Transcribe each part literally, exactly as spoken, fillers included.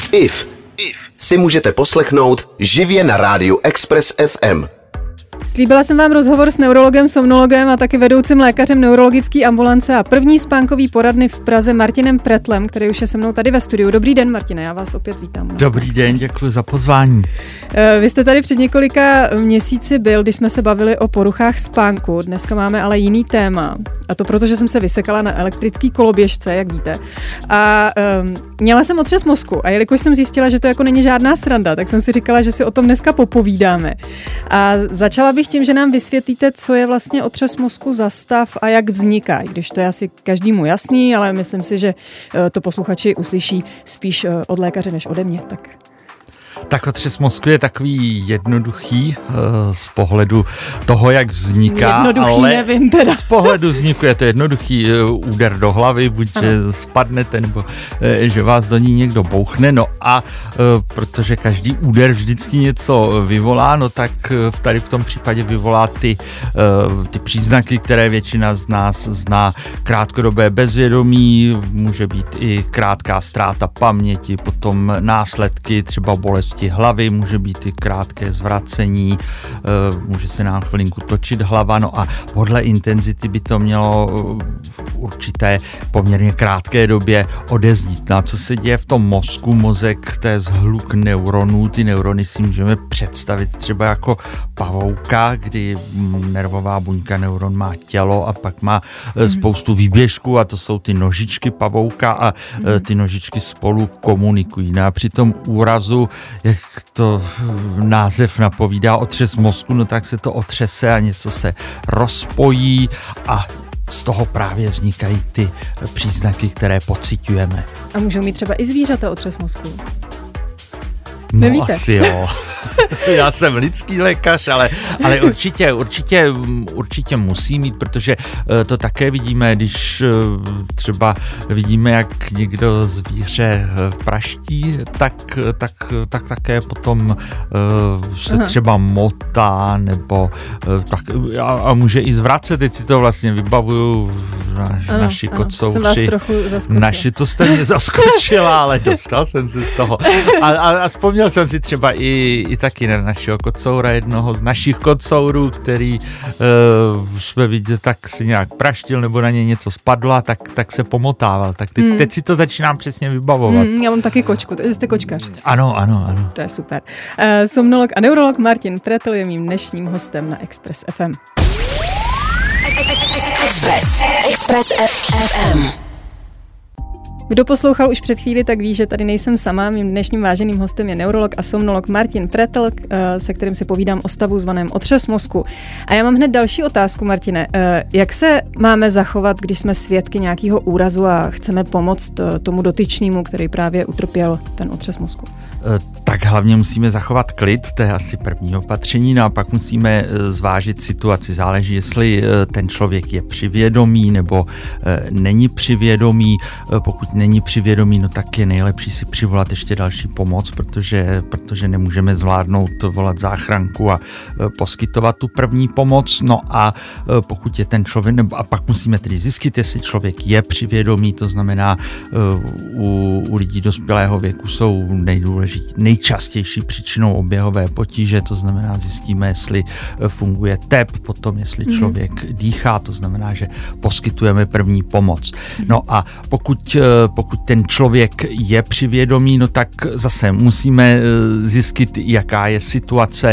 If si můžete poslechnout živě na rádiu Express F M. Slíbila jsem vám rozhovor s neurologem, somnologem a taky vedoucím lékařem neurologické ambulance a první spánkový poradny v Praze Martinem Pretlem, který už je se mnou tady ve studiu. Dobrý den, Martine, já vás opět vítám. Dobrý den, děkuji za pozvání. Vy jste tady před několika měsíci byl, když jsme se bavili o poruchách spánku. Dneska máme ale jiný téma. A to proto, že jsem se vysekala na elektrický koloběžce, jak víte. A um, měla jsem otřes mozku a jelikož jsem zjistila, že to jako není žádná sranda, tak jsem si říkala, že si o tom dneska popovídáme. A začala bych tím, že nám vysvětlíte, co je vlastně otřes mozku za stav a jak vzniká. Když to je asi každému jasný, ale myslím si, že to posluchači uslyší spíš od lékaře než ode mě. Tak... Tak otřes mozku je takový jednoduchý uh, z pohledu toho, jak vzniká, jednoduchý, ale nevím teda. Z pohledu vzniku je to jednoduchý uh, úder do hlavy, buď ano. že spadnete, nebo uh, že vás do ní někdo bouchne, no a uh, protože každý úder vždycky něco vyvolá, no tak uh, tady v tom případě vyvolá ty, uh, ty příznaky, které většina z nás zná. Krátkodobé bezvědomí, může být i krátká ztráta paměti, potom následky, třeba bolest hlavy, může být i krátké zvracení, může se nám chvilinku točit hlava, no a podle intenzity by to mělo v určité poměrně krátké době odeznít. No a co se děje v tom mozku? Mozek, to je zhluk neuronů, ty neurony si můžeme představit třeba jako pavouka, kdy nervová buňka neuron má tělo a pak má spoustu výběžků a to jsou ty nožičky pavouka a ty nožičky spolu komunikují. No a při tom úrazu, jak to název napovídá, otřes mozku, no tak se to otřese a něco se rozpojí a z toho právě vznikají ty příznaky, které pociťujeme. A můžou mít třeba i zvířata otřes mozku? No Nevíte? Asi jo. Já jsem lidský lékař, ale, ale určitě, určitě, určitě musí mít, protože to také vidíme, když třeba vidíme, jak někdo zvíře praští, tak, tak, tak také potom se Aha. třeba motá, nebo tak, a, a může i zvracet. Teď si to vlastně vybavuju, naš, ano, naši ano, kocouři. Naši, to jste mě zaskočila, ale dostal jsem se z toho. A, a, a vzpomněl jsem si třeba i, i taky na našeho kocoura, jednoho z našich kocourů, který uh, jsme viděli, tak si nějak praštil, nebo na něj něco spadlo, tak, tak se pomotával. Tak teď, hmm. teď si to začínám přesně vybavovat. Hmm, já mám taky kočku, takže jste kočkař. Ano, ano, ano. To je super. Uh, somnolog a neurolog Martin Pretl je mým dnešním hostem na Express F M. Express. Express F M. Kdo poslouchal už před chvíli, tak ví, že tady nejsem sama. Mým dnešním váženým hostem je neurolog a somnolog Martin Pretl, se kterým si povídám o stavu zvaném otřes mozku. A já mám hned další otázku, Martine. Jak se máme zachovat, když jsme svědky nějakého úrazu a chceme pomoct tomu dotyčnému, který právě utrpěl ten otřes mozku? Tak hlavně musíme zachovat klid, to je asi první opatření, no a pak musíme zvážit situaci. Záleží, jestli ten člověk je při vědomí nebo není při vědomí. Pokud není při vědomí, no tak je nejlepší si přivolat ještě další pomoc, protože, protože nemůžeme zvládnout volat záchranku a poskytovat tu první pomoc. No a pokud je ten člověk, nebo a pak musíme tedy zjistit, jestli člověk je při vědomí, to znamená u, u lidí dospělého věku jsou nejdůležitější nejčastější příčinou oběhové potíže, to znamená zjistíme, jestli funguje tep, potom jestli člověk mm. dýchá, to znamená, že poskytujeme první pomoc. No a pokud, pokud ten člověk je při vědomí, no tak zase musíme zjistit, jaká je situace,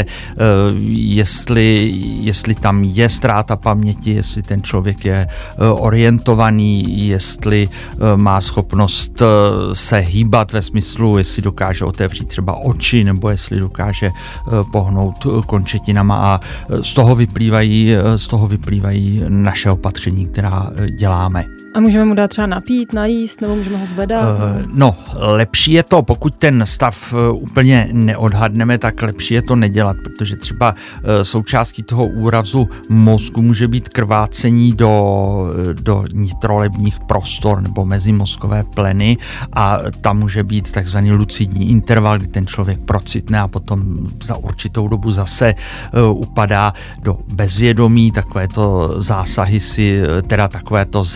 jestli, jestli tam je ztráta paměti, jestli ten člověk je orientovaný, jestli má schopnost se hýbat ve smyslu, jestli dokáže otevřít třeba oči, nebo jestli dokáže pohnout končetinama a z toho vyplývají, z toho vyplývají naše opatření, která děláme. A můžeme mu dát třeba napít, najíst, nebo můžeme ho zvedat? Uh, no, lepší je to, pokud ten stav úplně neodhadneme, tak lepší je to nedělat, protože třeba uh, součástí toho úrazu mozku může být krvácení do, do nitrolebních prostor nebo mezimozkové pleny a tam může být takzvaný lucidní interval, kdy ten člověk procitne a potom za určitou dobu zase uh, upadá do bezvědomí, takovéto zásahy si, teda takovéto zranění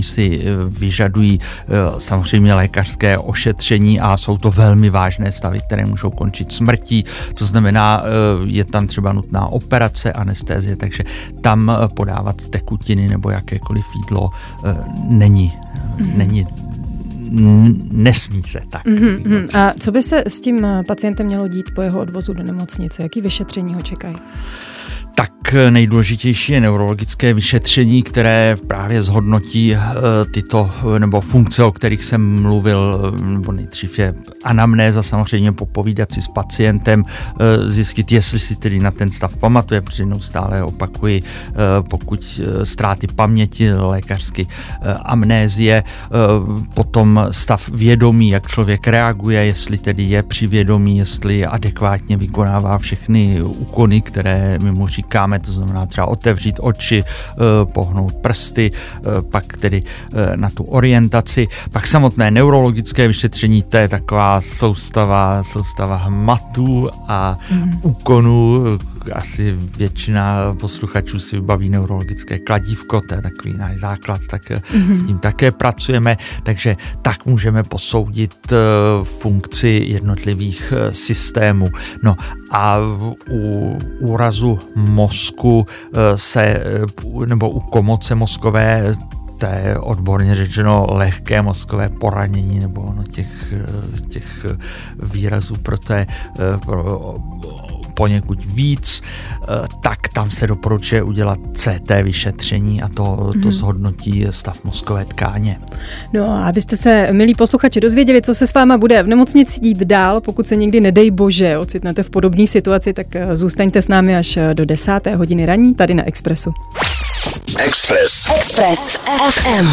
si vyžadují samozřejmě lékařské ošetření a jsou to velmi vážné stavy, které můžou končit smrtí. To znamená, je tam třeba nutná operace, anestézie, takže tam podávat tekutiny nebo jakékoliv jídlo není, mm. není nesmí se tak. Mm-hmm. A co by se s tím pacientem mělo dít po jeho odvozu do nemocnice? Jaký vyšetření ho čekají? Tak nejdůležitější je neurologické vyšetření, které právě zhodnotí tyto nebo funkce, o kterých jsem mluvil, nebo nejdřív je anamnéza, samozřejmě popovídat si s pacientem, zjistit, jestli si tedy na ten stav pamatuje, protože neustále opakuji, pokud ztráty paměti, lékařsky amnézie, potom stav vědomí, jak člověk reaguje, jestli tedy je při vědomí, jestli adekvátně vykonává všechny úkony, které my mu říkáme, to znamená třeba otevřít oči, pohnout prsty, pak tedy na tu orientaci. Pak samotné neurologické vyšetření, to je taková soustava, soustava hmatů a mm. úkonů. Asi většina posluchačů si vybaví neurologické kladívko, to je takový náš základ, tak mm-hmm. s tím také pracujeme, takže tak můžeme posoudit funkci jednotlivých systémů. No a u úrazu mozku se, nebo u komoce mozkové, to je odborně řečeno lehké mozkové poranění, nebo no těch, těch výrazů pro té pro, poněkud víc, tak tam se doporučuje udělat C T vyšetření a to, to zhodnotí stav mozkové tkáně. No a abyste se, milí posluchači, dozvěděli, co se s váma bude v nemocnici dít dál, pokud se někdy, nedej bože, ocitnete v podobné situaci, tak zůstaňte s námi až do desáté hodiny raní tady na Expressu. Express. Express F M.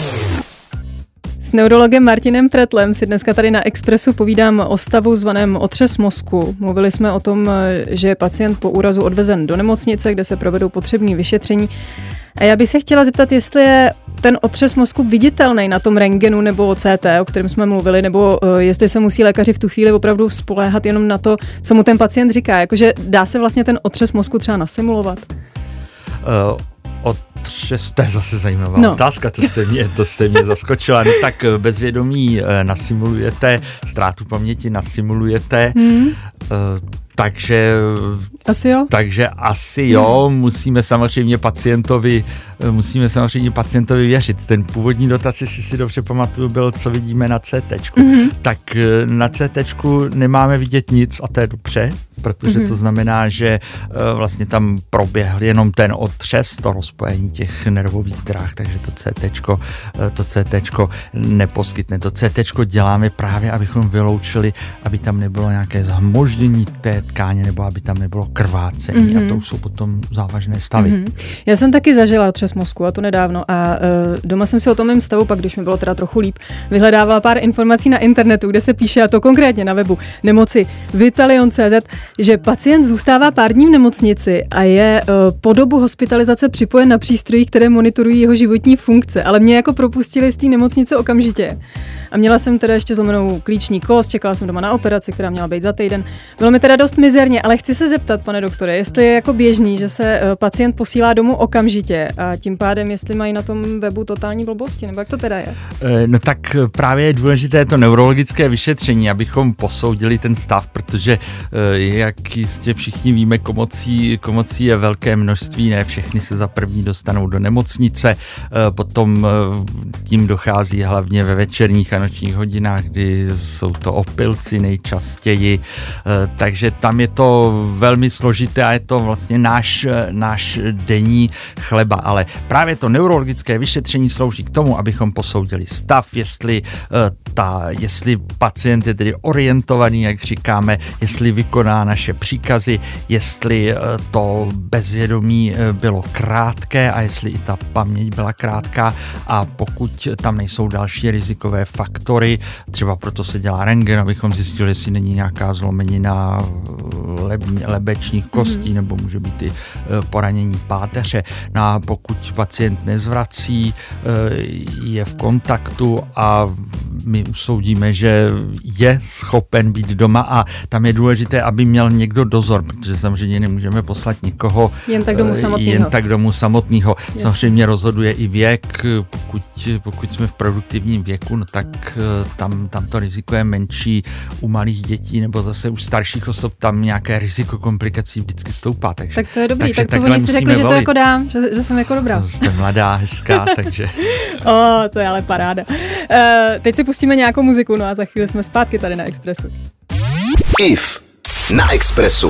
S neurologem Martinem Pretlem si dneska tady na Expressu povídám o stavu zvaném otřes mozku. Mluvili jsme o tom, že je pacient po úrazu odvezen do nemocnice, kde se provedou potřebné vyšetření. A já bych se chtěla zeptat, jestli je ten otřes mozku viditelný na tom rentgenu nebo C T, o kterém jsme mluvili, nebo jestli se musí lékaři v tu chvíli opravdu spoléhat jenom na to, co mu ten pacient říká. Jakože dá se vlastně ten otřes mozku třeba nasimulovat? Uh. Otřes, to je zase zajímavá no. otázka, to jste mě, to jste mě zaskočila. No tak bezvědomí nasimulujete, ztrátu paměti nasimulujete, hmm. takže asi jo. Takže asi jo, musíme samozřejmě pacientovi, musíme samozřejmě pacientovi věřit. Ten původní dotaz, jestli si dobře pamatuju, byl, co vidíme na C T čku. Mm-hmm. Tak na C T čku nemáme vidět nic a to je dobře, protože mm-hmm. to znamená, že vlastně tam proběhl jenom ten otřes, to rozpojení těch nervových dráh, takže to C T čko, to C T čko neposkytne. To C T čko děláme právě, abychom vyloučili, aby tam nebylo nějaké zhmoždění té tkáně nebo aby tam nebylo krvácení mm-hmm. a to už jsou potom závažné stavy. Mm-hmm. Já jsem taky zažila otřes mozku a to nedávno a uh, doma jsem si o tom mém stavu, pak když mi bylo teda trochu líp, vyhledávala pár informací na internetu, kde se píše, a to konkrétně na webu nemoci Vitalion tečka cé zet, že pacient zůstává pár dní v nemocnici a je uh, po dobu hospitalizace připojen na přístroji, které monitorují jeho životní funkce, ale mě jako propustili z té nemocnice okamžitě. A měla jsem teda ještě zlomenou klíční kost, čekala jsem doma na operaci, která měla být za týden. Bylo mi teda dost mizerně, ale chci se zeptat, pane doktore, jestli je jako běžný, že se pacient posílá domů okamžitě a tím pádem, jestli mají na tom webu totální blbosti, nebo jak to teda je? No tak právě je důležité to neurologické vyšetření, abychom posoudili ten stav, protože jak jistě všichni víme, komocí, komocí je velké množství, ne všechny se za první dostanou do nemocnice, potom tím dochází hlavně ve večerních a nočních hodinách, kdy jsou to opilci nejčastěji, takže tam je to velmi složité a je to vlastně náš, náš denní chleba, ale právě to neurologické vyšetření slouží k tomu, abychom posoudili stav, jestli, ta, jestli pacient je tedy orientovaný, jak říkáme, jestli vykoná naše příkazy, jestli to bezvědomí bylo krátké a jestli i ta paměť byla krátká a pokud tam nejsou další rizikové faktory, třeba proto se dělá rentgen, abychom zjistili, jestli není nějaká zlomenina lebečních kostí, mm-hmm. nebo může být i poranění páteře. No a pokud pacient nezvrací, je v kontaktu a my usoudíme, že je schopen být doma a tam je důležité, aby měl někdo dozor, protože samozřejmě nemůžeme poslat nikoho jen tak domů samotného. Jen tak domů samotného. Samozřejmě rozhoduje i věk, pokud, pokud jsme v produktivním věku, no tak tam, tam to riziko je menší. U malých dětí nebo zase u starších osob tam nějaké riziko komplikací vždycky stoupá. Takže, tak to je dobrý, takže tak to oni si řekli, volit. Že to jako dám, že, že jsem jako dobrá. No, jste mladá, hezká, takže... O, to je ale paráda. Uh, teď si pustíme nějakou muziku, no a za chvíli jsme zpátky tady na Expressu. If na Expressu.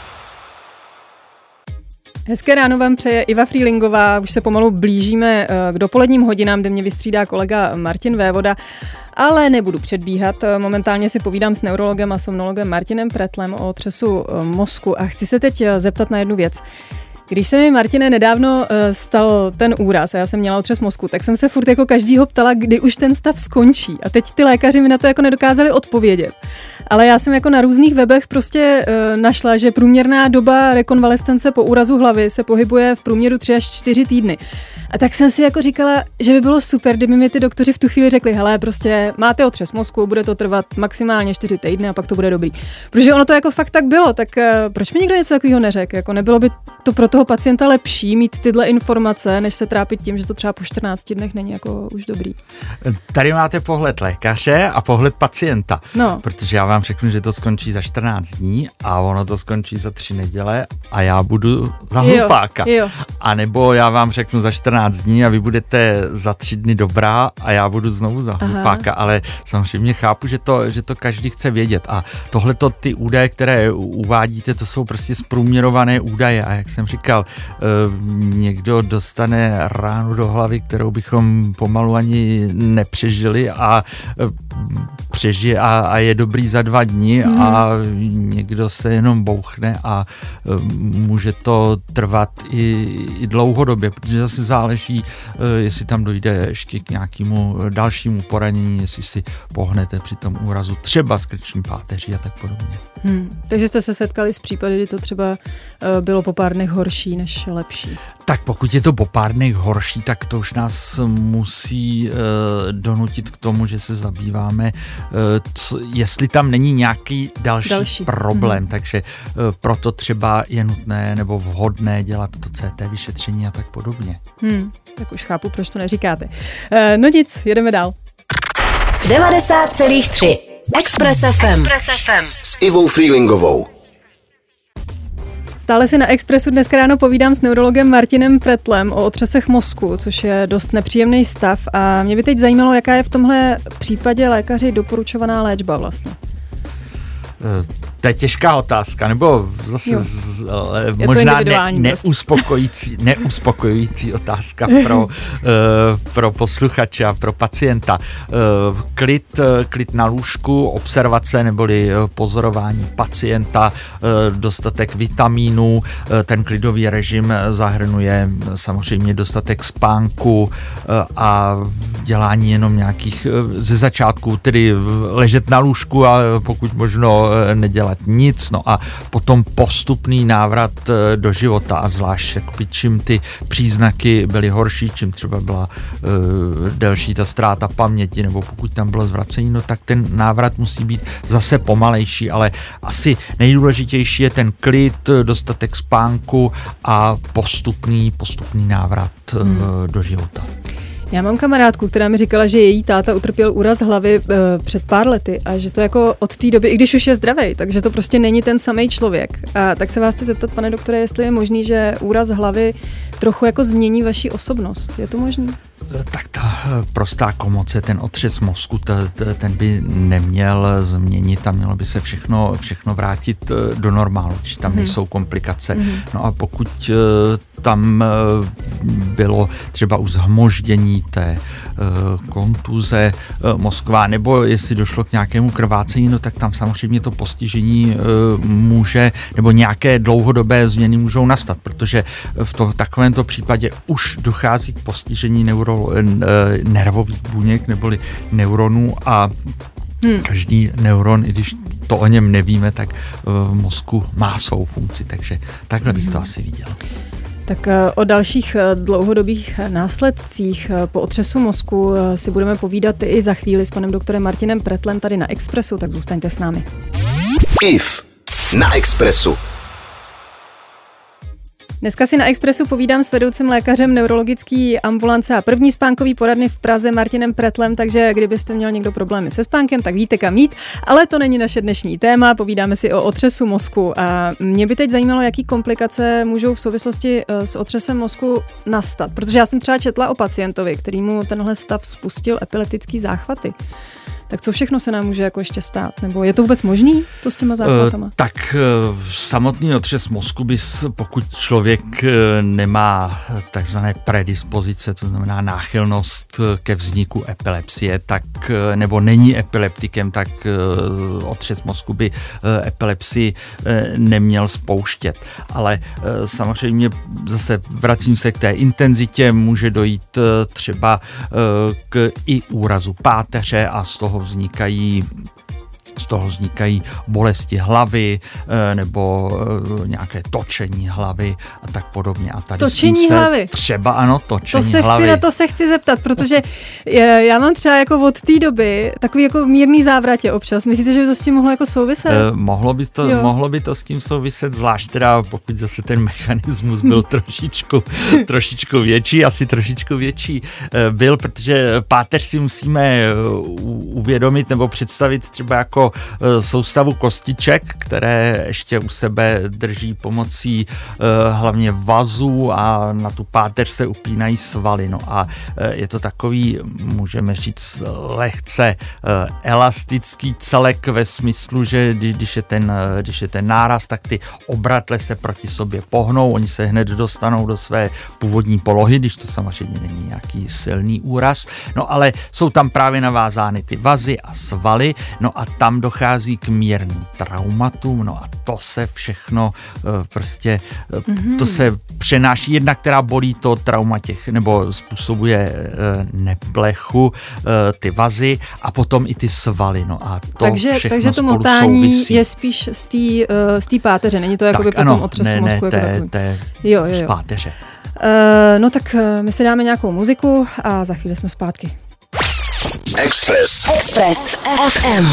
Hezké ráno vám přeje Iva Frýlingová, už se pomalu blížíme k dopoledním hodinám, kde mě vystřídá kolega Martin Vévoda, ale nebudu předbíhat. Momentálně si povídám s neurologem a somnologem Martinem Pretlem o otřesu mozku a chci se teď zeptat na jednu věc. Když se mi, Martine, nedávno stal ten úraz a já jsem měla otřes mozku, tak jsem se furt jako každýho ptala, kdy už ten stav skončí. A teď ty lékaři mi na to jako nedokázali odpovědět. Ale já jsem jako na různých webech prostě uh, našla, že průměrná doba rekonvalescence po úrazu hlavy se pohybuje v průměru tři až čtyři týdny. A tak jsem si jako říkala, že by bylo super, kdyby mi ty doktoři v tu chvíli řekli, hele, prostě máte otřes mozku, bude to trvat maximálně čtyři týdny a pak to bude dobrý. Protože ono to jako fakt tak bylo, tak uh, proč mi někdo něco takového neřekl? Jako nebylo by to pro toho pacienta lepší mít tyhle informace, než se trápit tím, že to třeba po čtrnácti dnech není jako už dobrý? Tady máte pohled lékaře a pohled pacienta. No. Protože já vám řeknu, že to skončí za čtrnáct dní a ono to skončí za tři neděle a já budu za hlupáka. Jo, jo. A nebo já vám řeknu za čtrnáct dní a vy budete za tři dny dobrá a já budu znovu za hlupáka. Aha. Ale samozřejmě chápu, že to, že to každý chce vědět. A tohleto ty údaje, které uvádíte, to jsou prostě zprůměrované údaje. A jak jsem říkal, někdo dostane ránu do hlavy, kterou bychom pomalu ani nepřežili a přežije a, a je dobrý za dva dny mm. a někdo se jenom bouchne a může to trvat i, i dlouhodobě, protože zase záleží, jestli tam dojde ještě k nějakému dalšímu poranění, jestli si pohnete při tom úrazu třeba s krční páteří a tak podobně. Hmm. Takže jste se setkali s případy, kdy to třeba bylo po pár dnech horší než lepší? Tak pokud je to po pár dnech horší, tak to už nás musí uh, donutit k tomu, že se zabýváme, uh, co, jestli tam není nějaký další, další. problém. Hmm. Takže uh, proto třeba je nutné nebo vhodné dělat to C T vyšetření a tak podobně. Hmm. Tak už chápu, proč to neříkáte. Uh, no nic, jedeme dál. devadesát celá tři Express F M. Express F M. S Ivou Frýlingovou. Stále si na Expressu dneska ráno povídám s neurologem Martinem Pretlem o otřesech mozku, což je dost nepříjemný stav a mě by teď zajímalo, jaká je v tomhle případě lékaři doporučovaná léčba vlastně. To je těžká otázka, nebo zase z, možná ne, neuspokojící, neuspokojující otázka pro, uh, pro posluchače a pro pacienta. Uh, klid, klid na lůžku, observace neboli pozorování pacienta, uh, dostatek vitamínů, uh, ten klidový režim zahrnuje samozřejmě dostatek spánku uh, a dělání jenom nějakých uh, ze začátku, tedy ležet na lůžku a pokud možno uh, nedělat nic, no a potom postupný návrat do života a zvlášť jakoby, čím ty příznaky byly horší, čím třeba byla uh, delší ta ztráta paměti, nebo pokud tam bylo zvracení, no tak ten návrat musí být zase pomalejší, ale asi nejdůležitější je ten klid, dostatek spánku a postupný, postupný návrat uh, hmm. do života. Já mám kamarádku, která mi říkala, že její táta utrpěl úraz hlavy e, před pár lety a že to jako od té doby, i když už je zdravej, takže to prostě není ten samej člověk. A tak se vás chci zeptat, pane doktore, jestli je možný, že úraz hlavy trochu jako změní vaši osobnost. Je to možný? Tak ta prostá komoce, ten otřes mozku, ten by neměl změnit a mělo by se všechno, všechno vrátit do normálu, či tam nejsou komplikace. Mm. No a pokud tam bylo třeba už zhmoždění té kontuze mozková, nebo jestli došlo k nějakému krvácení, no tak tam samozřejmě to postižení může, nebo nějaké dlouhodobé změny můžou nastat, protože v to, takovémto případě už dochází k postižení neuro nervových buněk neboli neuronů a hmm. každý neuron, i když to o něm nevíme, tak v mozku má svou funkci, takže takhle bych to asi viděl. Tak o dalších dlouhodobých následcích po otřesu mozku si budeme povídat i za chvíli s panem doktorem Martinem Pretlem tady na Expressu, tak zůstaňte s námi. I F na Expressu. Dneska si na Expressu povídám s vedoucím lékařem neurologický ambulance a první spánkový poradny v Praze Martinem Pretlem, takže kdybyste měl někdo problémy se spánkem, tak víte kam jít, ale to není naše dnešní téma, povídáme si o otřesu mozku a mě by teď zajímalo, jaký komplikace můžou v souvislosti s otřesem mozku nastat, protože já jsem třeba četla o pacientovi, kterýmu tenhle stav spustil epileptický záchvaty. Tak co všechno se nám může jako ještě stát? Nebo je to vůbec možný, to s těma záchvatama? Uh, tak uh, samotný otřes mozku by, pokud člověk uh, nemá takzvané predispozice, to znamená náchylnost ke vzniku epilepsie, tak uh, nebo není epileptikem, tak uh, otřes mozku by uh, epilepsii uh, neměl spouštět. Ale uh, samozřejmě zase vracím se k té intenzitě, může dojít uh, třeba uh, k i úrazu páteře a z toho vznikají z toho vznikají bolesti hlavy nebo nějaké točení hlavy a tak podobně. A tady točení se hlavy? Třeba ano, točení to se hlavy. Chci, na to se chci zeptat, protože já mám třeba jako od té doby takový jako mírný závratě občas. Myslíte, že by to s tím mohlo jako souviset? Eh, mohlo, by to, mohlo by to s tím souviset, zvlášť teda pokud zase ten mechanismus byl trošičku, trošičku větší, asi trošičku větší eh, byl, protože páteř si musíme uvědomit nebo představit třeba jako soustavu kostiček, které ještě u sebe drží pomocí uh, hlavně vazů a na tu páteř se upínají svaly. No a uh, je to takový, můžeme říct, lehce uh, elastický celek ve smyslu, že když je, ten, uh, když je ten náraz, tak ty obratle se proti sobě pohnou, oni se hned dostanou do své původní polohy, když to samozřejmě není nějaký silný úraz. No ale jsou tam právě navázány ty vazy a svaly, no a tam dochází k mírným traumatům, no a to se všechno uh, prostě, uh, mm-hmm. to se přenáší, jedna, která bolí to trauma těch, nebo způsobuje uh, neplechu, uh, ty vazy a potom i ty svaly, no a to takže, všechno takže to spolu motání souvisí. Je spíš z té uh, z té páteře, není to jakoby potom otřesu ne, mozku? Ne, jako té, té jo, jo, jo. z páteře. Uh, no tak uh, my si dáme nějakou muziku a za chvíli jsme zpátky. Express. Express F M.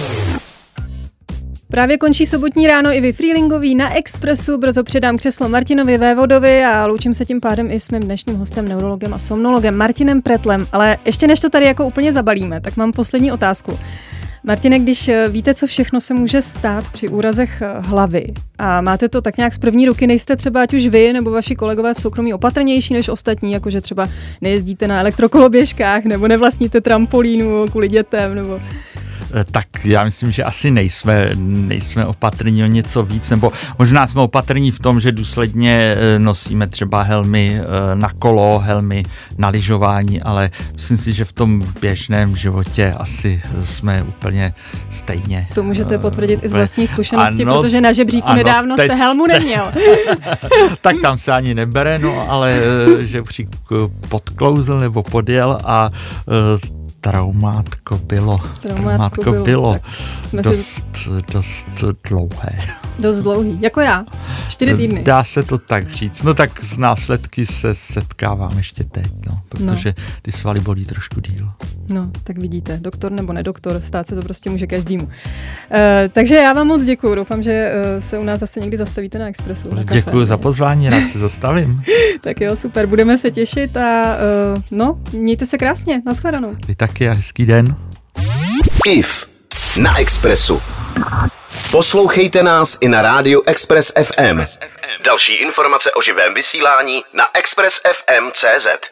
Právě končí sobotní ráno i vy Freelingový na Expressu. Brzo předám křeslo Martinovi Vévodovi a loučím se tím pádem i s mým dnešním hostem, neurologem a somnologem Martinem Pretlem. Ale ještě než to tady jako úplně zabalíme, tak mám poslední otázku. Martine, když víte, co všechno se může stát při úrazech hlavy a máte to tak nějak z první ruky, nejste třeba ať už vy nebo vaši kolegové v soukromí opatrnější než ostatní, jakože třeba nejezdíte na elektrokoloběžkách nebo nevlastníte trampolínu kvůli dětem nebo... Tak já myslím, že asi nejsme, nejsme opatrní o něco víc, nebo možná jsme opatrní v tom, že důsledně nosíme třeba helmy na kolo, helmy na lyžování, ale myslím si, že v tom běžném životě asi jsme úplně stejně. To můžete potvrdit úplně i z vlastní zkušenosti, ano, protože na žebříku ano, nedávno jste helmu neměl. Tak tam se ani nebere, no ale žebřík podklouzl nebo podjel a Traumátko bylo. Traumátko, Traumátko bylo. bylo. Dost, si... dost dlouhé. Dost dlouhý. Jako já. Čtyři týdny. Dá se to tak říct. No tak z následky se setkávám ještě teď, no, protože no. ty svaly bolí trošku díl. No, tak vidíte, doktor nebo nedoktor, stát se to prostě může každému. Uh, takže já vám moc děkuju. Doufám, že uh, se u nás zase někdy zastavíte na Expressu. Na děkuju za pozvání, rád se zastavím. Tak jo, super, budeme se těšit a uh, no, mějte se krásně. Naschledanou. Vy taky a hezký den. I F na Expressu. Poslouchejte nás i na rádiu Express F M. Další informace o živém vysílání na express f m tečka cé zet.